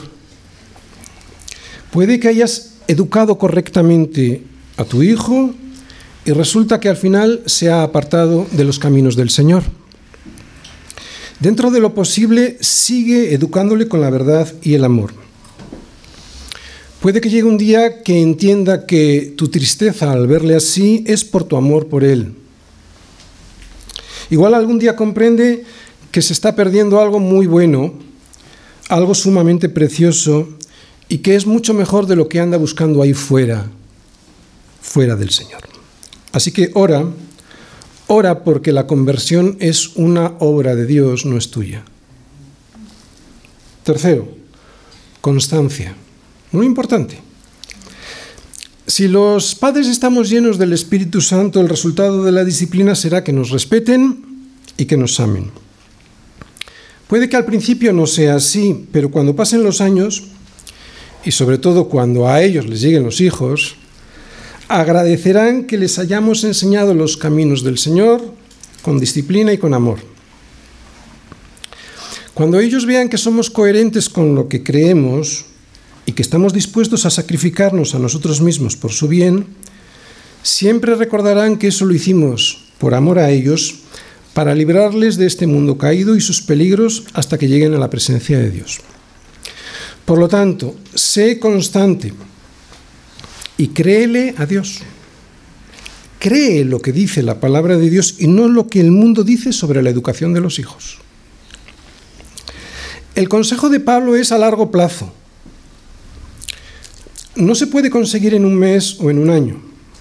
Puede que hayas educado correctamente a tu hijo y resulta que al final se ha apartado de los caminos del Señor. Dentro de lo posible, sigue educándole con la verdad y el amor. Puede que llegue un día que entienda que tu tristeza al verle así es por tu amor por él. Igual algún día comprende que se está perdiendo algo muy bueno, algo sumamente precioso y que es mucho mejor de lo que anda buscando ahí fuera, fuera del Señor. Así que ora, ora porque la conversión es una obra de Dios, no es tuya. Tercero, constancia. Muy importante. Si los padres estamos llenos del Espíritu Santo, el resultado de la disciplina será que nos respeten y que nos amen. Puede que al principio no sea así, pero cuando pasen los años, y sobre todo cuando a ellos les lleguen los hijos, agradecerán que les hayamos enseñado los caminos del Señor con disciplina y con amor. Cuando ellos vean que somos coherentes con lo que creemos y que estamos dispuestos a sacrificarnos a nosotros mismos por su bien, siempre recordarán que eso lo hicimos por amor a ellos, para librarles de este mundo caído y sus peligros hasta que lleguen a la presencia de Dios. Por lo tanto, sé constante y créele a Dios. Cree lo que dice la palabra de Dios y no lo que el mundo dice sobre la educación de los hijos. El consejo de Pablo es a largo plazo. No se puede conseguir en un mes o en un año.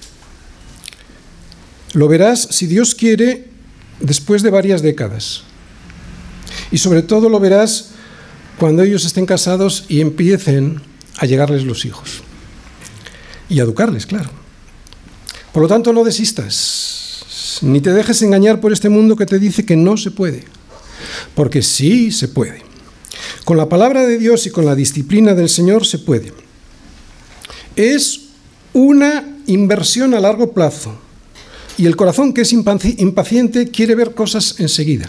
Lo verás, si Dios quiere, después de varias décadas. Y sobre todo lo verás cuando ellos estén casados y empiecen a llegarles los hijos. Y a educarles, claro. Por lo tanto, no desistas, ni te dejes engañar por este mundo que te dice que no se puede. Porque sí se puede. Con la palabra de Dios y con la disciplina del Señor se puede. Es una inversión a largo plazo. Y el corazón, que es impaciente, quiere ver cosas enseguida.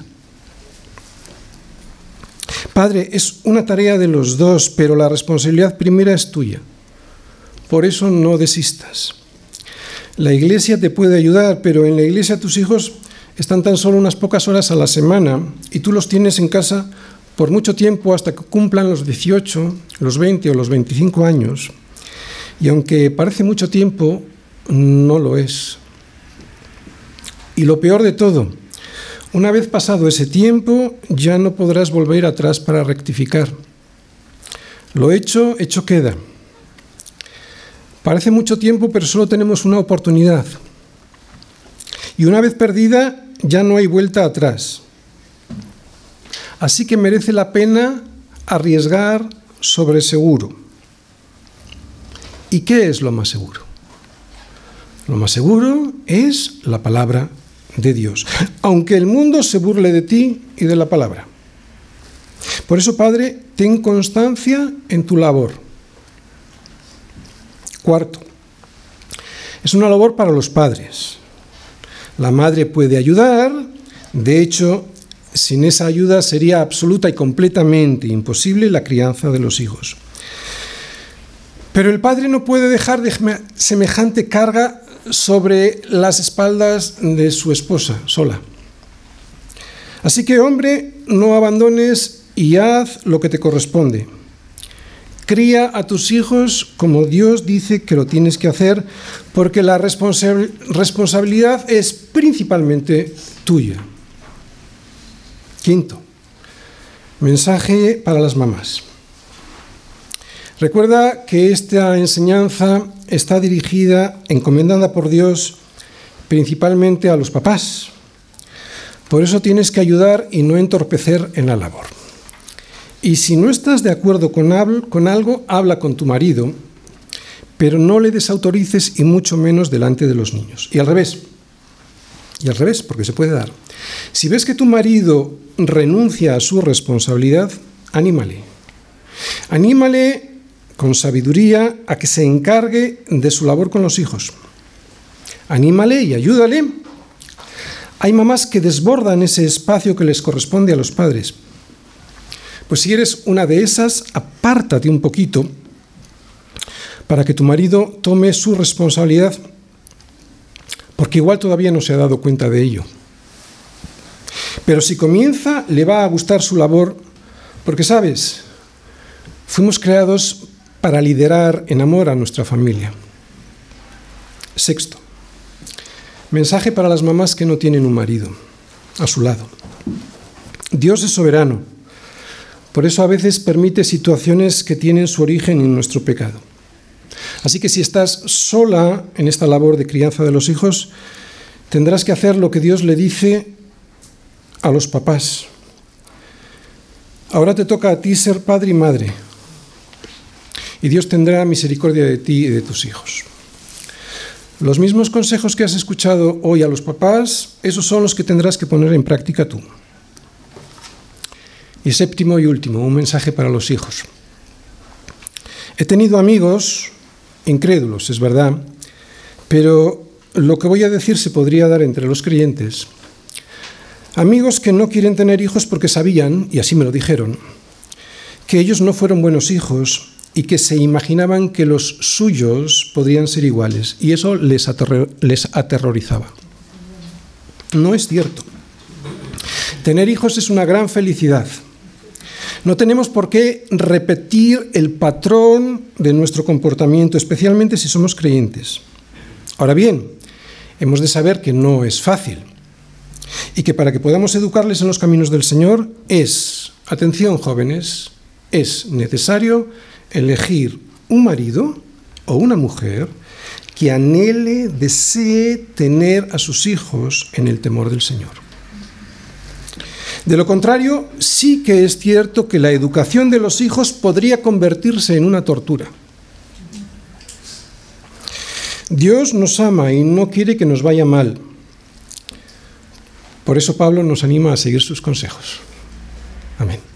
Padre, es una tarea de los dos, pero la responsabilidad primera es tuya. Por eso no desistas. La iglesia te puede ayudar, pero en la iglesia tus hijos están tan solo unas pocas horas a la semana y tú los tienes en casa por mucho tiempo hasta que cumplan los dieciocho, los veinte o los veinticinco años. Y aunque parece mucho tiempo, no lo es. Y lo peor de todo, Una vez pasado ese tiempo, ya no podrás volver atrás para rectificar. Lo hecho, hecho queda. Parece mucho tiempo, pero solo tenemos una oportunidad. Y una vez perdida, ya no hay vuelta atrás. Así que merece la pena arriesgar sobre seguro. ¿Y qué es lo más seguro? Lo más seguro es la palabra de Dios, aunque el mundo se burle de ti y de la palabra. Por eso, Padre, ten constancia en tu labor. Cuarto, es una labor para los padres. La madre puede ayudar, de hecho, sin esa ayuda sería absoluta y completamente imposible la crianza de los hijos. Pero el padre no puede dejar de semejante carga sobre las espaldas de su esposa sola. Así que, hombre, no abandones y haz lo que te corresponde. Cría a tus hijos como Dios dice que lo tienes que hacer, porque la responsa- responsabilidad es principalmente tuya. Quinto, mensaje para las mamás. Recuerda que esta enseñanza está dirigida, encomendada por Dios, principalmente a los papás. Por eso tienes que ayudar y no entorpecer en la labor. Y si no estás de acuerdo con, con algo, habla con tu marido, pero no le desautorices y mucho menos delante de los niños. Y al revés, y al revés, porque se puede dar. Si ves que tu marido renuncia a su responsabilidad, anímale. Anímale con sabiduría a que se encargue de su labor con los hijos. Anímale y ayúdale. Hay mamás que desbordan ese espacio que les corresponde a los padres. Pues si eres una de esas, apártate un poquito para que tu marido tome su responsabilidad, porque igual todavía no se ha dado cuenta de ello. Pero si comienza, le va a gustar su labor, porque, ¿sabes? Fuimos creados para liderar en amor a nuestra familia. Sexto, mensaje para las mamás que no tienen un marido a su lado. Dios es soberano, por eso a veces permite situaciones que tienen su origen en nuestro pecado. Así que si estás sola en esta labor de crianza de los hijos, tendrás que hacer lo que Dios le dice a los papás. Ahora te toca a ti ser padre y madre, y Dios tendrá misericordia de ti y de tus hijos. Los mismos consejos que has escuchado hoy a los papás, esos son los que tendrás que poner en práctica tú. Y séptimo y último, un mensaje para los hijos. He tenido amigos incrédulos, es verdad, pero lo que voy a decir se podría dar entre los creyentes. Amigos que no quieren tener hijos porque sabían, y así me lo dijeron, que ellos no fueron buenos hijos y que se imaginaban que los suyos podrían ser iguales, y eso les, aterror, les aterrorizaba. No es cierto. Tener hijos es una gran felicidad. No tenemos por qué repetir el patrón de nuestro comportamiento, especialmente si somos creyentes. Ahora bien, hemos de saber que no es fácil y que para que podamos educarles en los caminos del Señor es, atención jóvenes, es necesario elegir un marido o una mujer que anhele, desee tener a sus hijos en el temor del Señor. De lo contrario, sí que es cierto que la educación de los hijos podría convertirse en una tortura. Dios nos ama y no quiere que nos vaya mal. Por eso Pablo nos anima a seguir sus consejos. Amén.